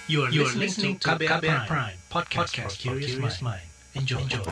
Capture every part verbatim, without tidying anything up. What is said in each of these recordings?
You are listening to K B R Prime, Prime podcast, podcast for curious mind. Enjoy. Enjoy.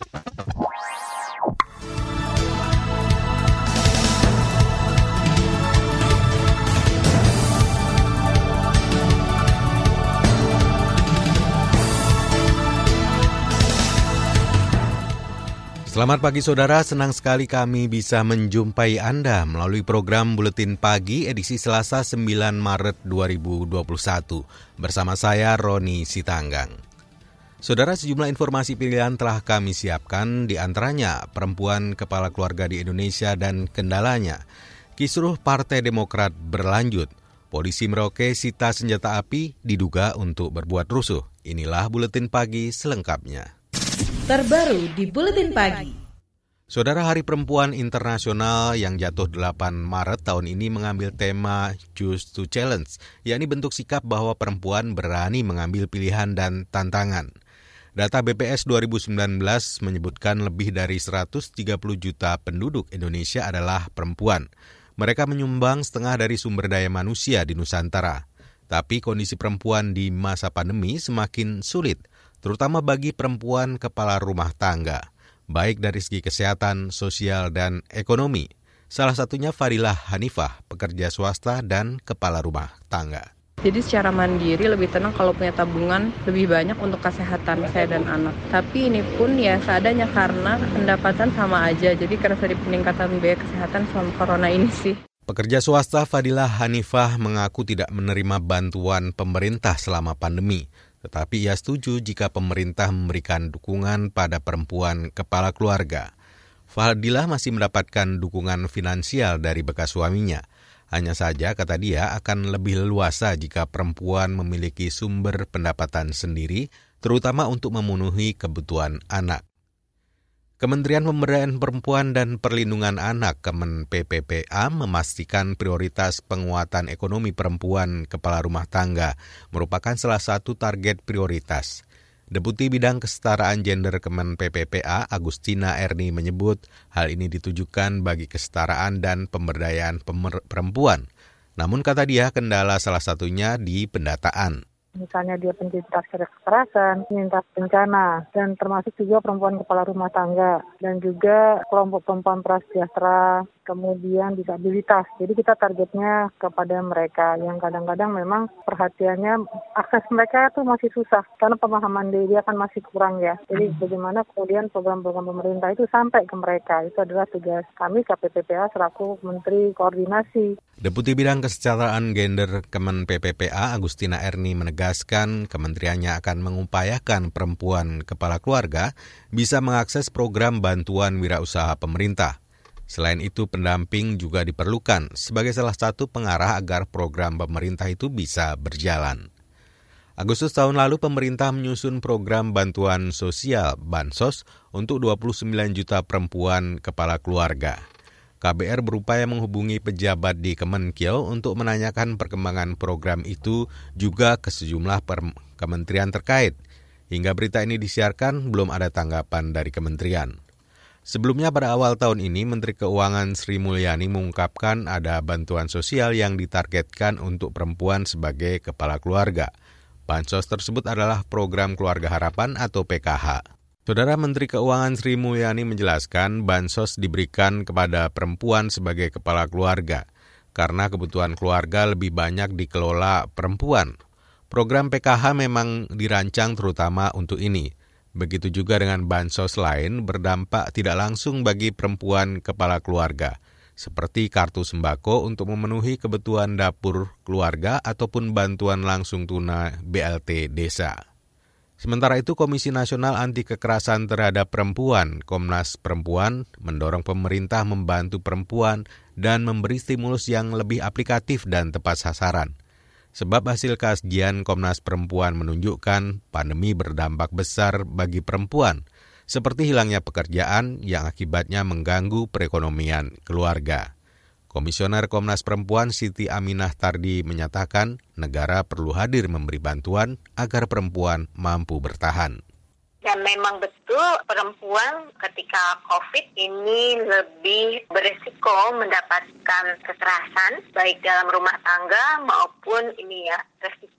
Selamat pagi saudara, senang sekali kami bisa menjumpai Anda melalui program Buletin Pagi edisi Selasa sembilan Maret dua ribu dua puluh satu. Bersama saya Roni Sitanggang. Saudara, sejumlah informasi pilihan telah kami siapkan, di antaranya perempuan kepala keluarga di Indonesia dan kendalanya. Kisruh Partai Demokrat berlanjut. Polisi Merauke sita senjata api diduga untuk berbuat rusuh. Inilah Buletin Pagi selengkapnya. Terbaru di Buletin Pagi. Saudara, Hari Perempuan Internasional yang jatuh delapan Maret tahun ini mengambil tema Choose to Challenge, yakni bentuk sikap bahwa perempuan berani mengambil pilihan dan tantangan. Data B P S dua ribu sembilan belas menyebutkan lebih dari seratus tiga puluh juta penduduk Indonesia adalah perempuan. Mereka menyumbang setengah dari sumber daya manusia di Nusantara. Tapi kondisi perempuan di masa pandemi semakin sulit, terutama bagi perempuan kepala rumah tangga, baik dari segi kesehatan, sosial, dan ekonomi. Salah satunya Fadilah Hanifah, pekerja swasta dan kepala rumah tangga. Jadi secara mandiri lebih tenang kalau punya tabungan lebih banyak untuk kesehatan saya dan anak. Tapi ini pun ya seadanya karena pendapatan sama aja, jadi karena dari peningkatan biaya kesehatan selama corona ini sih. Pekerja swasta Fadilah Hanifah mengaku tidak menerima bantuan pemerintah selama pandemi. Tetapi ia setuju jika pemerintah memberikan dukungan pada perempuan kepala keluarga. Fadilah masih mendapatkan dukungan finansial dari bekas suaminya. Hanya saja, kata dia, akan lebih leluasa jika perempuan memiliki sumber pendapatan sendiri, terutama untuk memenuhi kebutuhan anak. Kementerian Pemberdayaan Perempuan dan Perlindungan Anak Kemen P P P A memastikan prioritas penguatan ekonomi perempuan kepala rumah tangga merupakan salah satu target prioritas. Deputi Bidang Kesetaraan Gender Kemen P P P A Agustina Erni menyebut hal ini ditujukan bagi kesetaraan dan pemberdayaan pemer- perempuan. Namun kata dia kendala salah satunya di pendataan. Misalnya dia penyintas kekerasan, penyintas bencana, dan termasuk juga perempuan kepala rumah tangga, dan juga kelompok perempuan prasejahtera, kemudian disabilitas. Jadi kita targetnya kepada mereka yang kadang-kadang memang perhatiannya, akses mereka itu masih susah, karena pemahaman dia kan masih kurang ya. Jadi bagaimana kemudian program-program pemerintah itu sampai ke mereka, itu adalah tugas kami K P P P A selaku Menteri Koordinasi. Deputi Bidang Kesetaraan Gender Kemen P P P A Agustina Erni menegaskan kementeriannya akan mengupayakan perempuan kepala keluarga bisa mengakses program bantuan wirausaha pemerintah. Selain itu, pendamping juga diperlukan sebagai salah satu pengarah agar program pemerintah itu bisa berjalan. Agustus tahun lalu, pemerintah menyusun program bantuan sosial Bansos untuk dua puluh sembilan juta perempuan kepala keluarga. K B R berupaya menghubungi pejabat di Kemenkeu untuk menanyakan perkembangan program itu juga ke sejumlah per- kementerian terkait. Hingga berita ini disiarkan, belum ada tanggapan dari kementerian. Sebelumnya pada awal tahun ini, Menteri Keuangan Sri Mulyani mengungkapkan ada bantuan sosial yang ditargetkan untuk perempuan sebagai kepala keluarga. Bansos tersebut adalah program Keluarga Harapan atau P K H. Saudara, Menteri Keuangan Sri Mulyani menjelaskan bansos diberikan kepada perempuan sebagai kepala keluarga karena kebutuhan keluarga lebih banyak dikelola perempuan. Program P K H memang dirancang terutama untuk ini. Begitu juga dengan bansos lain berdampak tidak langsung bagi perempuan kepala keluarga, seperti kartu sembako untuk memenuhi kebutuhan dapur keluarga ataupun bantuan langsung tunai B L T desa. Sementara itu, Komisi Nasional Anti Kekerasan Terhadap Perempuan, Komnas Perempuan, mendorong pemerintah membantu perempuan dan memberi stimulus yang lebih aplikatif dan tepat sasaran. Sebab hasil kajian Komnas Perempuan menunjukkan pandemi berdampak besar bagi perempuan, seperti hilangnya pekerjaan yang akibatnya mengganggu perekonomian keluarga. Komisioner Komnas Perempuan Siti Aminah Tardi menyatakan negara perlu hadir memberi bantuan agar perempuan mampu bertahan. Dan memang betul perempuan ketika COVID ini lebih beresiko mendapatkan kekerasan baik dalam rumah tangga maupun ini ya resiko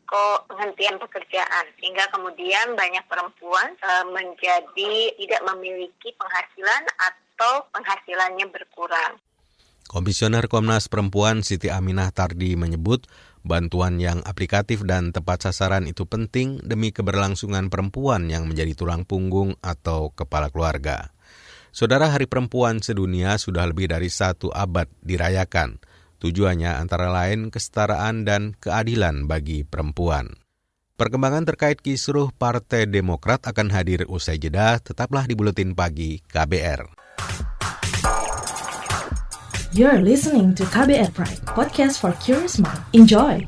beresiko penghentian pekerjaan, sehingga kemudian banyak perempuan e, menjadi tidak memiliki penghasilan atau penghasilannya berkurang. Komisioner Komnas Perempuan Siti Aminah Tardi menyebut bantuan yang aplikatif dan tepat sasaran itu penting demi keberlangsungan perempuan yang menjadi tulang punggung atau kepala keluarga. Saudara, Hari Perempuan Sedunia sudah lebih dari satu abad dirayakan. Tujuannya antara lain kesetaraan dan keadilan bagi perempuan. Perkembangan terkait kisruh Partai Demokrat akan hadir usai jeda. Tetaplah di Buletin Pagi K B R. You're listening to K B R Prime, podcast for curious mind. Enjoy!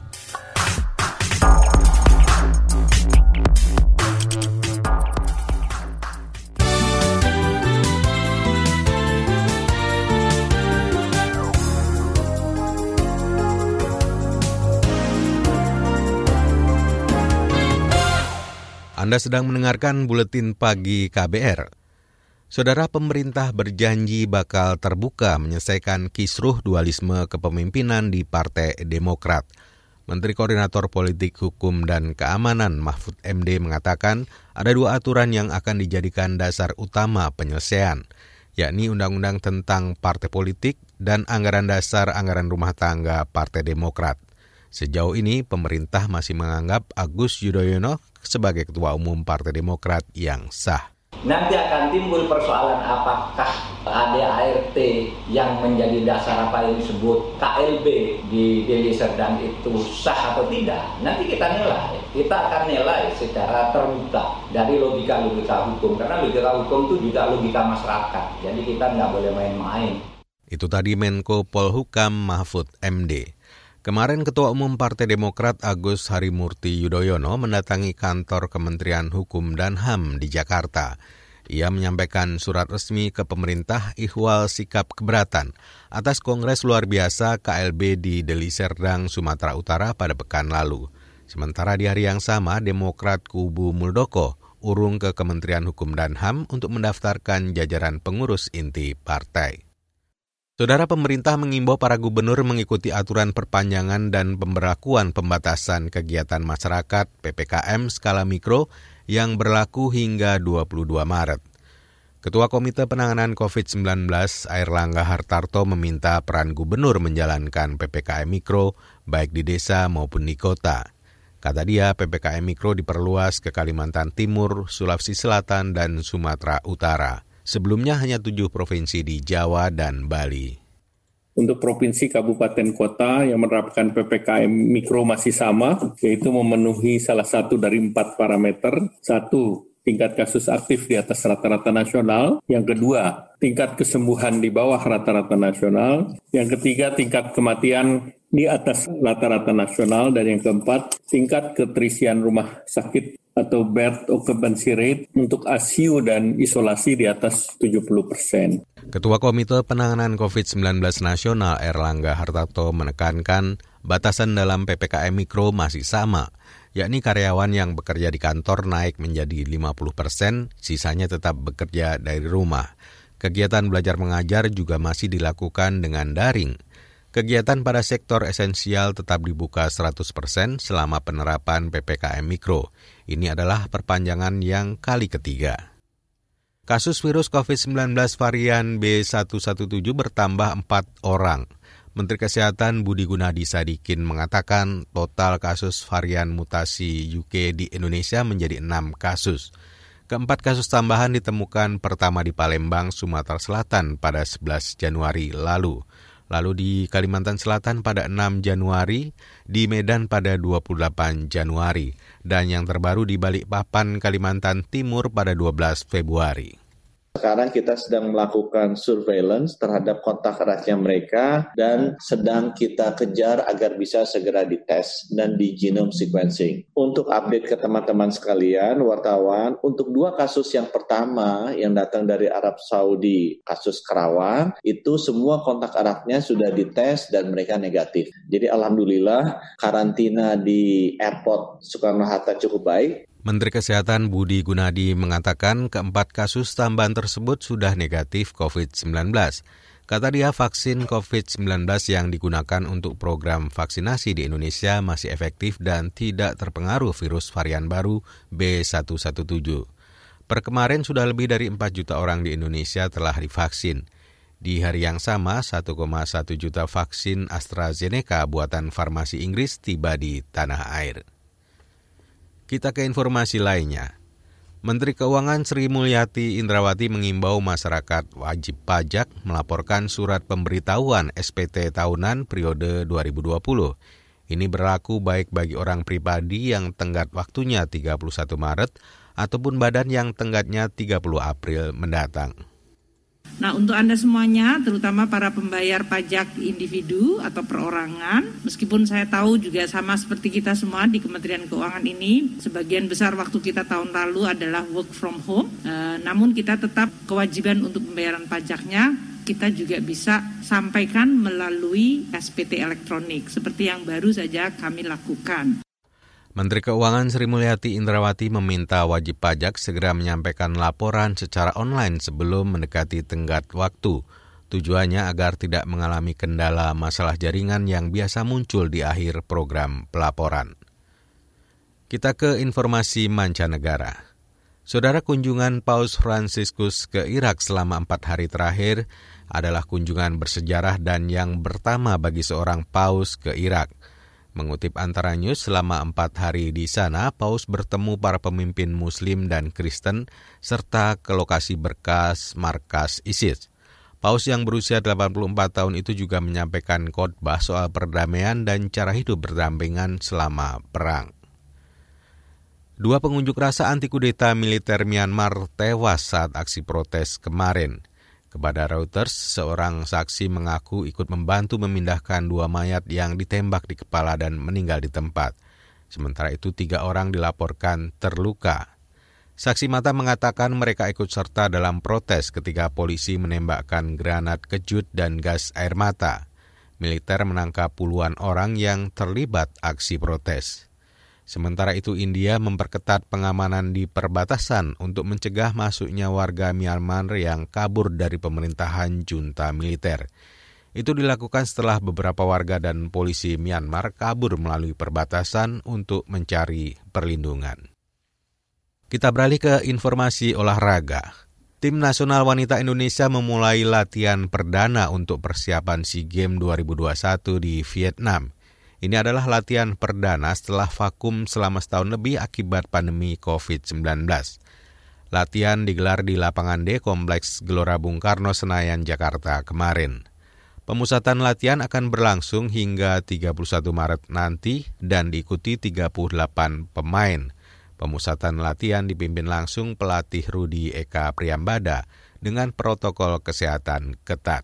Anda sedang mendengarkan Buletin Pagi K B R. Saudara, pemerintah berjanji bakal terbuka menyelesaikan kisruh dualisme kepemimpinan di Partai Demokrat. Menteri Koordinator Politik, Hukum, dan Keamanan Mahfud M D mengatakan ada dua aturan yang akan dijadikan dasar utama penyelesaian, yakni Undang-Undang tentang Partai Politik dan Anggaran Dasar Anggaran Rumah Tangga Partai Demokrat. Sejauh ini, pemerintah masih menganggap Agus Yudhoyono sebagai Ketua Umum Partai Demokrat yang sah. Nanti akan timbul persoalan apakah A D A R T yang menjadi dasar apa yang disebut K L B di Deli Serdang itu sah atau tidak. Nanti kita nilai, kita akan nilai secara terbuka dari logika-logika hukum. Karena logika hukum itu juga logika masyarakat, jadi kita nggak boleh main-main. Itu tadi Menko Polhukam Mahfud M D. Kemarin Ketua Umum Partai Demokrat Agus Harimurti Yudhoyono mendatangi kantor Kementerian Hukum dan H A M di Jakarta. Ia menyampaikan surat resmi ke pemerintah ihwal sikap keberatan atas Kongres Luar Biasa K L B di Deli Serdang, Sumatera Utara pada pekan lalu. Sementara di hari yang sama, Demokrat kubu Muldoko urung ke Kementerian Hukum dan H A M untuk mendaftarkan jajaran pengurus inti partai. Saudara, pemerintah mengimbau para gubernur mengikuti aturan perpanjangan dan pemberlakuan pembatasan kegiatan masyarakat P P K M skala mikro yang berlaku hingga dua puluh dua Maret. Ketua Komite Penanganan covid sembilan belas Airlangga Hartarto meminta peran gubernur menjalankan P P K M mikro baik di desa maupun di kota. Kata dia, P P K M mikro diperluas ke Kalimantan Timur, Sulawesi Selatan, dan Sumatera Utara. Sebelumnya hanya tujuh provinsi di Jawa dan Bali. Untuk provinsi, kabupaten, kota yang menerapkan P P K M mikro masih sama, yaitu memenuhi salah satu dari empat parameter. Satu, tingkat kasus aktif di atas rata-rata nasional. Yang kedua, tingkat kesembuhan di bawah rata-rata nasional. Yang ketiga, tingkat kematian di atas rata-rata nasional. Dan yang keempat, tingkat keterisian rumah sakit atau bed occupancy rate untuk I C U dan isolasi di atas tujuh puluh persen. Ketua Komite Penanganan covid sembilan belas Nasional Airlangga Hartarto menekankan batasan dalam P P K M mikro masih sama, yakni karyawan yang bekerja di kantor naik menjadi lima puluh persen, sisanya tetap bekerja dari rumah. Kegiatan belajar mengajar juga masih dilakukan dengan daring. Kegiatan pada sektor esensial tetap dibuka seratus persen selama penerapan P P K M mikro. Ini adalah perpanjangan yang kali ketiga. Kasus virus covid sembilan belas varian B satu satu tujuh bertambah empat orang. Menteri Kesehatan Budi Gunadi Sadikin mengatakan total kasus varian mutasi U K di Indonesia menjadi enam kasus. Keempat kasus tambahan ditemukan pertama di Palembang, Sumatera Selatan pada sebelas Januari lalu. Lalu di Kalimantan Selatan pada enam Januari, di Medan pada dua puluh delapan Januari, dan yang terbaru di Balikpapan, Kalimantan Timur pada dua belas Februari. Sekarang kita sedang melakukan surveillance terhadap kontak eratnya mereka dan sedang kita kejar agar bisa segera dites dan di genome sequencing. Untuk update ke teman-teman sekalian, wartawan, untuk dua kasus yang pertama yang datang dari Arab Saudi, kasus Kerawang, itu semua kontak eratnya sudah dites dan mereka negatif. Jadi alhamdulillah karantina di airport Soekarno-Hatta cukup baik. Menteri Kesehatan Budi Gunadi mengatakan keempat kasus tambahan tersebut sudah negatif covid sembilan belas. Kata dia, vaksin covid sembilan belas yang digunakan untuk program vaksinasi di Indonesia masih efektif dan tidak terpengaruh virus varian baru B satu satu tujuh. Per kemarin sudah lebih dari empat juta orang di Indonesia telah divaksin. Di hari yang sama, satu koma satu juta vaksin AstraZeneca buatan farmasi Inggris tiba di tanah air. Kita ke informasi lainnya. Menteri Keuangan Sri Mulyati Indrawati mengimbau masyarakat wajib pajak melaporkan surat pemberitahuan S P T tahunan periode dua ribu dua puluh. Ini berlaku baik bagi orang pribadi yang tenggat waktunya tiga puluh satu Maret ataupun badan yang tenggatnya tiga puluh April mendatang. Nah, untuk Anda semuanya, terutama para pembayar pajak individu atau perorangan, meskipun saya tahu juga sama seperti kita semua di Kementerian Keuangan ini, sebagian besar waktu kita tahun lalu adalah work from home, e, namun kita tetap kewajiban untuk pembayaran pajaknya, kita juga bisa sampaikan melalui S P T elektronik, seperti yang baru saja kami lakukan. Menteri Keuangan Sri Mulyati Indrawati meminta wajib pajak segera menyampaikan laporan secara online sebelum mendekati tenggat waktu. Tujuannya agar tidak mengalami kendala masalah jaringan yang biasa muncul di akhir program pelaporan. Kita ke informasi mancanegara. Saudara, kunjungan Paus Fransiskus ke Irak selama empat hari terakhir adalah kunjungan bersejarah dan yang pertama bagi seorang Paus ke Irak. Mengutip Antara News, selama empat hari di sana, Paus bertemu para pemimpin Muslim dan Kristen, serta ke lokasi berkas markas ISIS. Paus yang berusia delapan puluh empat tahun itu juga menyampaikan khotbah soal perdamaian dan cara hidup berdampingan selama perang. Dua pengunjuk rasa anti kudeta militer Myanmar tewas saat aksi protes kemarin. Kepada Reuters, seorang saksi mengaku ikut membantu memindahkan dua mayat yang ditembak di kepala dan meninggal di tempat. Sementara itu, tiga orang dilaporkan terluka. Saksi mata mengatakan mereka ikut serta dalam protes ketika polisi menembakkan granat kejut dan gas air mata. Militer menangkap puluhan orang yang terlibat aksi protes. Sementara itu, India memperketat pengamanan di perbatasan untuk mencegah masuknya warga Myanmar yang kabur dari pemerintahan junta militer. Itu dilakukan setelah beberapa warga dan polisi Myanmar kabur melalui perbatasan untuk mencari perlindungan. Kita beralih ke informasi olahraga. Tim nasional wanita Indonesia memulai latihan perdana untuk persiapan SEA Games dua ribu dua puluh satu di Vietnam. Ini adalah latihan perdana setelah vakum selama setahun lebih akibat pandemi covid sembilan belas. Latihan digelar di lapangan D Kompleks Gelora Bung Karno, Senayan, Jakarta kemarin. Pemusatan latihan akan berlangsung hingga tiga puluh satu Maret nanti dan diikuti tiga puluh delapan pemain. Pemusatan latihan dipimpin langsung pelatih Rudi Eka Priambada dengan protokol kesehatan ketat.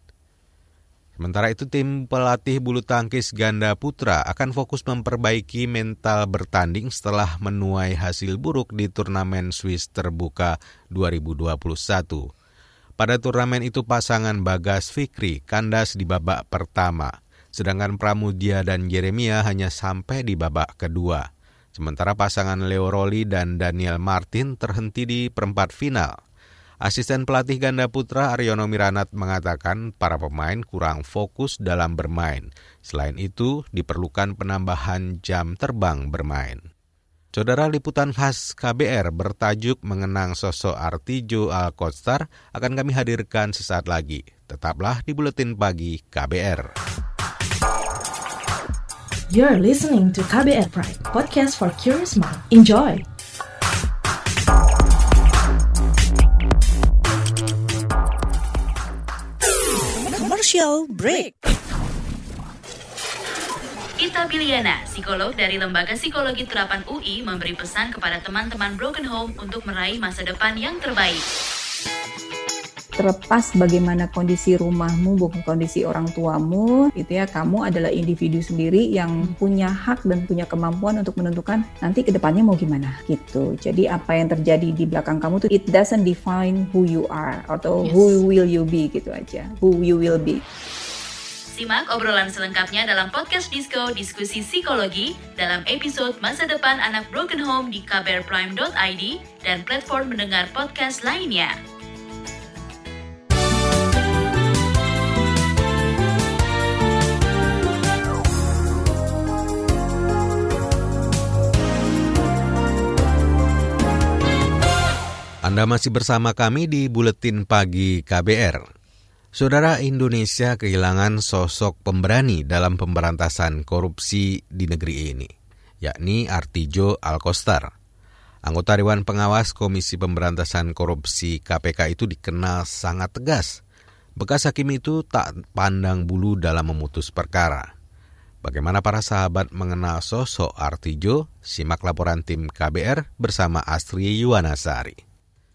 Sementara itu, tim pelatih bulu tangkis ganda putra akan fokus memperbaiki mental bertanding setelah menuai hasil buruk di turnamen Swiss Terbuka dua ribu dua puluh satu. Pada turnamen itu pasangan Bagas Fikri kandas di babak pertama, sedangkan Pramudia dan Jeremia hanya sampai di babak kedua. Sementara pasangan Leo Rolly dan Daniel Martin terhenti di perempat final. Asisten pelatih ganda putra Aryono Miranat mengatakan para pemain kurang fokus dalam bermain. Selain itu, diperlukan penambahan jam terbang bermain. Saudara, liputan khas K B R bertajuk Mengenang Sosok Artijo Alkostar akan kami hadirkan sesaat lagi. Tetaplah di Buletin Pagi K B R. You're listening to K B R Prime, podcast for curious mind. Enjoy! Commercial break. Ita Biliana, psikolog dari Lembaga Psikologi Terapan U I, memberi pesan kepada teman-teman Broken Home untuk meraih masa depan yang terbaik. Terlepas bagaimana kondisi rumahmu, bukan kondisi orang tuamu, itu ya, kamu adalah individu sendiri yang punya hak dan punya kemampuan untuk menentukan nanti ke depannya mau gimana gitu. Jadi apa yang terjadi di belakang kamu tuh it doesn't define who you are atau yes. who will you be gitu aja. Who you will be. Simak obrolan selengkapnya dalam podcast Disko Diskusi Psikologi dalam episode Masa Depan Anak Broken Home di k b r prime dot i d dan platform mendengar podcast lainnya. Anda masih bersama kami di Buletin Pagi K B R. Saudara, Indonesia kehilangan sosok pemberani dalam pemberantasan korupsi di negeri ini, yakni Artijo Alkostar. Anggota Dewan Pengawas Komisi Pemberantasan Korupsi K P K itu dikenal sangat tegas. Bekas hakim itu tak pandang bulu dalam memutus perkara. Bagaimana para sahabat mengenal sosok Artijo? Simak laporan tim K B R bersama Astri Yuwanasari.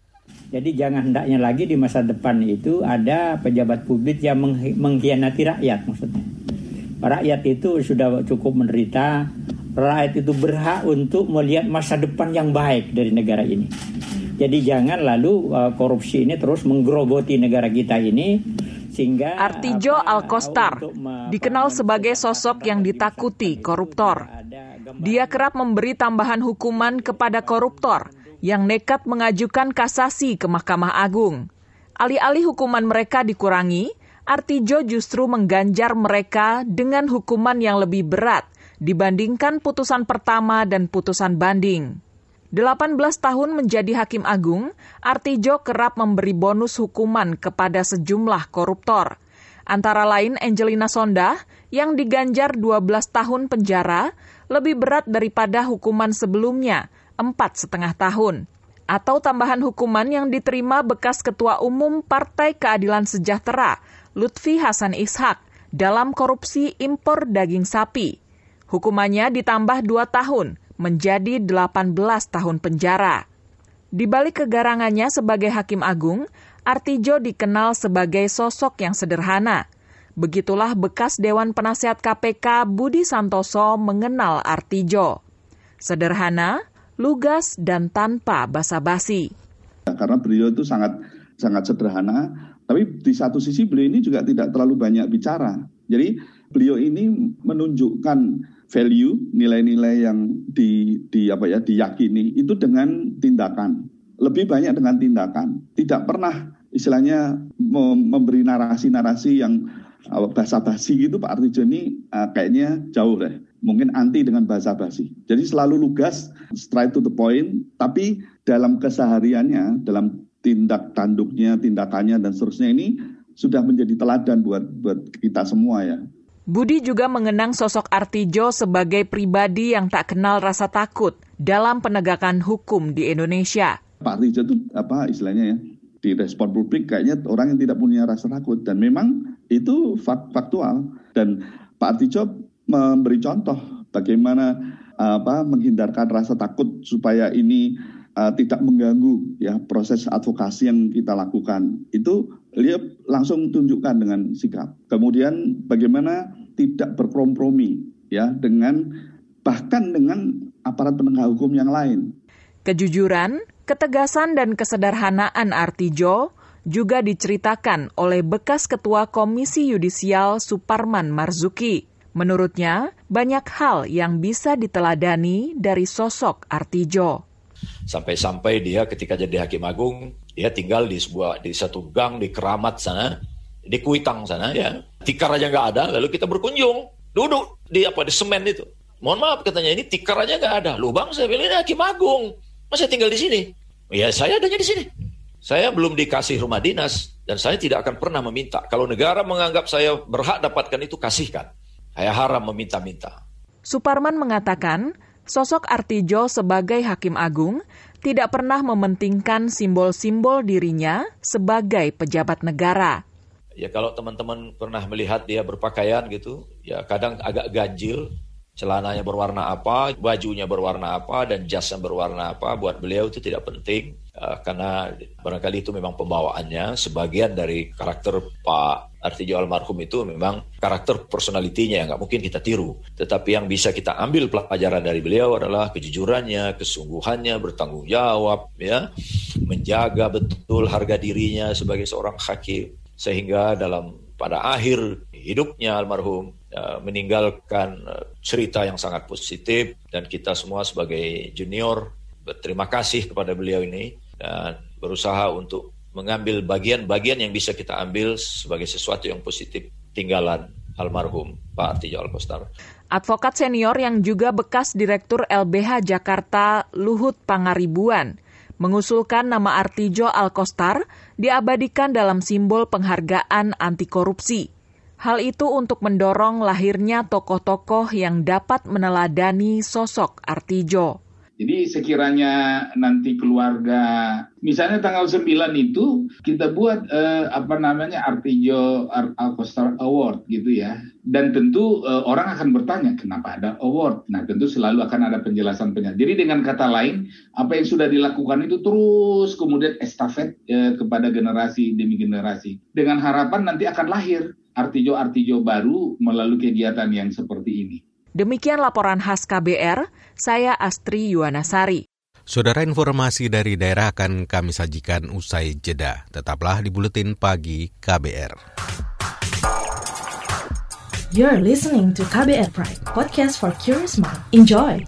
Jadi jangan hendaknya lagi di masa depan itu ada pejabat publik yang menghi- mengkhianati rakyat maksudnya. Rakyat itu sudah cukup menderita, rakyat itu berhak untuk melihat masa depan yang baik dari negara ini. Jadi jangan lalu uh, korupsi ini terus menggerogoti negara kita ini sehingga Artijo Alkostar dikenal sebagai sosok yang ditakuti koruptor. Dia kerap memberi tambahan hukuman kepada koruptor yang nekat mengajukan kasasi ke Mahkamah Agung. Alih-alih hukuman mereka dikurangi, Artijo justru mengganjar mereka dengan hukuman yang lebih berat dibandingkan putusan pertama dan putusan banding. delapan belas tahun menjadi Hakim Agung, Artijo kerap memberi bonus hukuman kepada sejumlah koruptor. Antara lain Angelina Sondah yang diganjar dua belas tahun penjara, lebih berat daripada hukuman sebelumnya, empat setengah tahun. Atau tambahan hukuman yang diterima bekas Ketua Umum Partai Keadilan Sejahtera, Lutfi Hasan Ishak, dalam korupsi impor daging sapi. Hukumannya ditambah dua tahun, menjadi delapan belas tahun penjara. Di balik kegarangannya sebagai Hakim Agung, Artijo dikenal sebagai sosok yang sederhana. Begitulah bekas Dewan Penasihat K P K Budi Santoso mengenal Artijo. Sederhana, lugas, dan tanpa basa-basi. Karena beliau itu sangat sangat sederhana, tapi di satu sisi beliau ini juga tidak terlalu banyak bicara. Jadi beliau ini menunjukkan value, nilai-nilai yang di, di apa ya diyakini itu dengan tindakan. Lebih banyak dengan tindakan. Tidak pernah istilahnya memberi narasi-narasi yang uh, basa-basi gitu. Pak Artijo ini uh, kayaknya jauh deh. Mungkin anti dengan basa-basi. Jadi selalu lugas, straight to the point, tapi dalam kesehariannya, dalam tindak tanduknya, tindakannya, dan seterusnya ini sudah menjadi teladan buat buat kita semua ya. Budi juga mengenang sosok Artijo sebagai pribadi yang tak kenal rasa takut dalam penegakan hukum di Indonesia. Pak Artijo itu apa istilahnya ya, di respon publik kayaknya orang yang tidak punya rasa takut, dan memang itu faktual. Dan Pak Artijo memberi contoh bagaimana apa menghindarkan rasa takut supaya ini uh, tidak mengganggu ya proses advokasi yang kita lakukan. Itu dia langsung tunjukkan dengan sikap. Kemudian bagaimana tidak berkompromi ya dengan bahkan dengan aparat penegak hukum yang lain. Kejujuran, ketegasan dan kesederhanaan Artijo juga diceritakan oleh bekas Ketua Komisi Yudisial Suparman Marzuki. Menurutnya, banyak hal yang bisa diteladani dari sosok Artijo. Sampai-sampai dia ketika jadi Hakim Agung, dia tinggal di sebuah di satu gang di Keramat sana, di Kuitang sana ya. Tikar aja nggak ada, lalu kita berkunjung, duduk di apa di semen itu. Mohon maaf katanya, ini tikar aja nggak ada. Loh bang, saya bilang ini Hakim Agung, masa tinggal di sini? Ya saya adanya di sini. Saya belum dikasih rumah dinas dan saya tidak akan pernah meminta. Kalau negara menganggap saya berhak dapatkan itu, kasihkan. Saya haram meminta-minta. Suparman mengatakan, sosok Artijo sebagai Hakim Agung tidak pernah mementingkan simbol-simbol dirinya sebagai pejabat negara. Ya kalau teman-teman pernah melihat dia berpakaian gitu, ya kadang agak ganjil, celananya berwarna apa, bajunya berwarna apa, dan jasnya berwarna apa, buat beliau itu tidak penting. Uh, karena barangkali itu memang pembawaannya, sebagian dari karakter Pak Artijo almarhum itu memang karakter personalitinya yang nggak mungkin kita tiru. Tetapi yang bisa kita ambil pelajaran dari beliau adalah kejujurannya, kesungguhannya, bertanggung jawab, ya, menjaga betul harga dirinya sebagai seorang hakim, sehingga dalam pada akhir hidupnya almarhum uh, meninggalkan uh, cerita yang sangat positif, dan kita semua sebagai junior berterima kasih kepada beliau ini dan berusaha untuk mengambil bagian-bagian yang bisa kita ambil sebagai sesuatu yang positif tinggalan almarhum Pak Artijo Alkostar. Advokat senior yang juga bekas Direktur L B H Jakarta Luhut Pangaribuan mengusulkan nama Artijo Alkostar diabadikan dalam simbol penghargaan anti korupsi. Hal itu untuk mendorong lahirnya tokoh-tokoh yang dapat meneladani sosok Artijo. Jadi sekiranya nanti keluarga, misalnya tanggal sembilan itu kita buat eh, apa namanya Artijo Alkostar Award gitu ya. Dan tentu eh, orang akan bertanya kenapa ada award. Nah tentu selalu akan ada penjelasan-penjelasan. Jadi dengan kata lain, apa yang sudah dilakukan itu terus kemudian estafet eh, kepada generasi demi generasi. Dengan harapan nanti akan lahir Artijo-Artijo baru melalui kegiatan yang seperti ini. Demikian laporan khas K B R, saya Astri Yuwanasari. Saudara, informasi dari daerah akan kami sajikan usai jeda. Tetaplah di Buletin Pagi K B R. You're listening to K B R Pride, podcast for curious mind. Enjoy!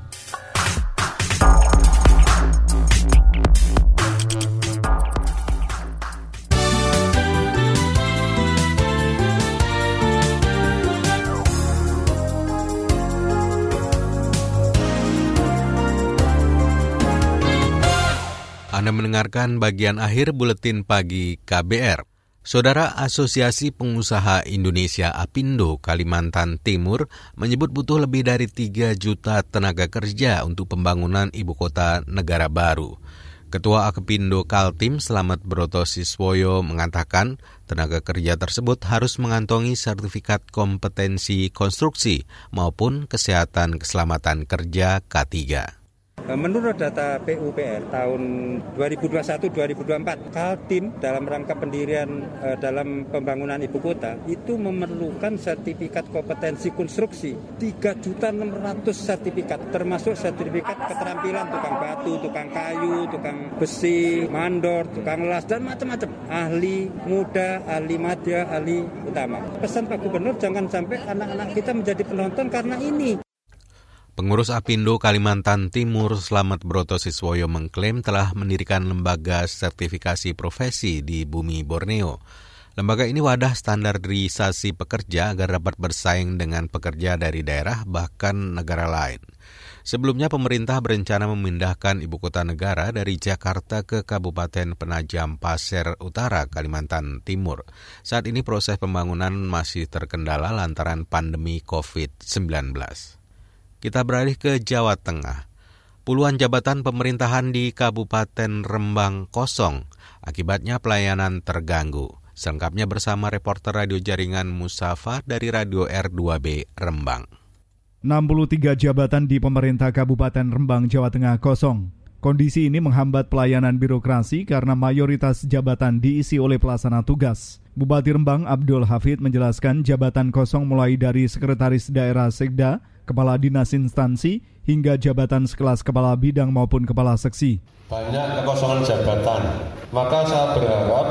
Anda mendengarkan bagian akhir Buletin Pagi K B R. Saudara, Asosiasi Pengusaha Indonesia Apindo Kalimantan Timur menyebut butuh lebih dari tiga juta tenaga kerja untuk pembangunan ibu kota negara baru. Ketua Apindo Kaltim Slamet Broto Siswoyo mengatakan tenaga kerja tersebut harus mengantongi sertifikat kompetensi konstruksi maupun kesehatan keselamatan kerja K tiga. Menurut data P U P R tahun dua ribu dua puluh satu dua ribu dua puluh empat, Kaltim dalam rangka pendirian eh, dalam pembangunan ibu kota itu memerlukan sertifikat kompetensi konstruksi tiga juta enam ratus sertifikat, termasuk sertifikat keterampilan tukang batu, tukang kayu, tukang besi, mandor, tukang las, dan macam-macam. Ahli muda, ahli madya, ahli utama. Pesan Pak Gubernur, jangan sampai anak-anak kita menjadi penonton karena ini. Pengurus Apindo Kalimantan Timur Slamet Broto Siswoyo mengklaim telah mendirikan lembaga sertifikasi profesi di bumi Borneo. Lembaga ini wadah standarisasi pekerja agar dapat bersaing dengan pekerja dari daerah bahkan negara lain. Sebelumnya pemerintah berencana memindahkan ibu kota negara dari Jakarta ke Kabupaten Penajam Pasir Utara, Kalimantan Timur. Saat ini proses pembangunan masih terkendala lantaran pandemi covid sembilan belas. Kita beralih ke Jawa Tengah. Puluhan jabatan pemerintahan di Kabupaten Rembang kosong. Akibatnya pelayanan terganggu. Selengkapnya bersama reporter radio jaringan Musafa dari Radio R dua B Rembang. enam puluh tiga jabatan di pemerintah Kabupaten Rembang, Jawa Tengah kosong. Kondisi ini menghambat pelayanan birokrasi karena mayoritas jabatan diisi oleh pelaksana tugas. Bupati Rembang Abdul Hafid menjelaskan jabatan kosong mulai dari Sekretaris Daerah Sekda, Kepala Dinas Instansi, hingga jabatan sekelas Kepala Bidang maupun Kepala Seksi. Banyak kekosongan jabatan, maka saya berharap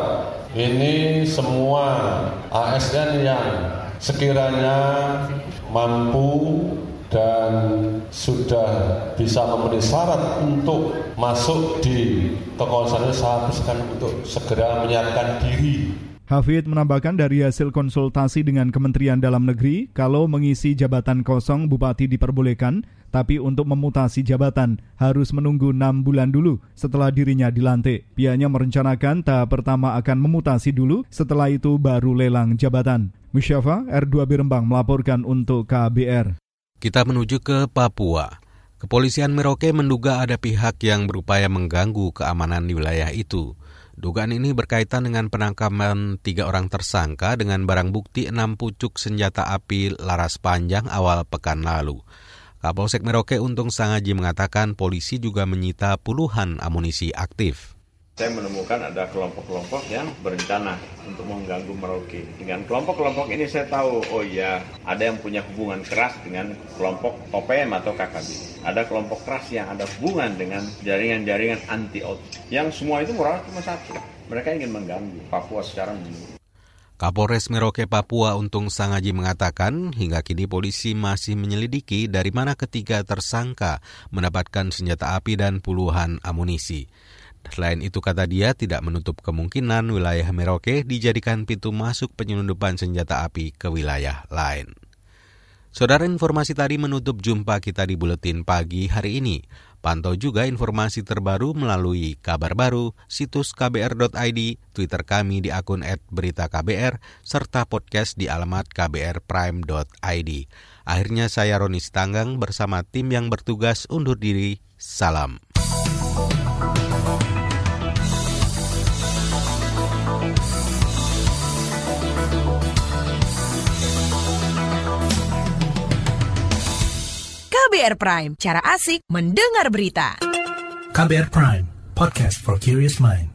ini semua A S N yang sekiranya mampu dan sudah bisa memenuhi syarat untuk masuk di kekosongan, saya haruskan untuk segera menyiapkan diri. Hafid menambahkan dari hasil konsultasi dengan Kementerian Dalam Negeri, kalau mengisi jabatan kosong bupati diperbolehkan, tapi untuk memutasi jabatan harus menunggu enam bulan dulu setelah dirinya dilantik. Pihaknya merencanakan tahap pertama akan memutasi dulu, setelah itu baru lelang jabatan. Musyafa, R dua B Rembang melaporkan untuk K B R. Kita menuju ke Papua. Kepolisian Merauke menduga ada pihak yang berupaya mengganggu keamanan di wilayah itu. Dugaan ini berkaitan dengan penangkapan tiga orang tersangka dengan barang bukti enam pucuk senjata api laras panjang awal pekan lalu. Kapolsek Merauke Untung Sangaji mengatakan polisi juga menyita puluhan amunisi aktif. Saya menemukan ada kelompok-kelompok yang berencana untuk mengganggu Merauke. Dengan kelompok-kelompok ini saya tahu, oh iya, ada yang punya hubungan keras dengan kelompok O P M atau K K B. Ada kelompok keras yang ada hubungan dengan jaringan-jaringan anti-out. Yang semua itu moral cuma satu. Mereka ingin mengganggu Papua secara menyeluruh. Kapolres Merauke Papua Untung Sangaji mengatakan hingga kini polisi masih menyelidiki dari mana ketiga tersangka mendapatkan senjata api dan puluhan amunisi. Selain itu, kata dia, tidak menutup kemungkinan wilayah Merauke dijadikan pintu masuk penyelundupan senjata api ke wilayah lain. Saudara, informasi tadi menutup jumpa kita di Buletin Pagi hari ini. Pantau juga informasi terbaru melalui kabar baru, situs k b r dot i d, Twitter kami di akun et berita k b r, serta podcast di alamat k b r prime dot i d. Akhirnya saya Roni Sitanggang bersama tim yang bertugas undur diri. Salam. K B R Prime, cara asik mendengar berita. K B R Prime, podcast for curious mind.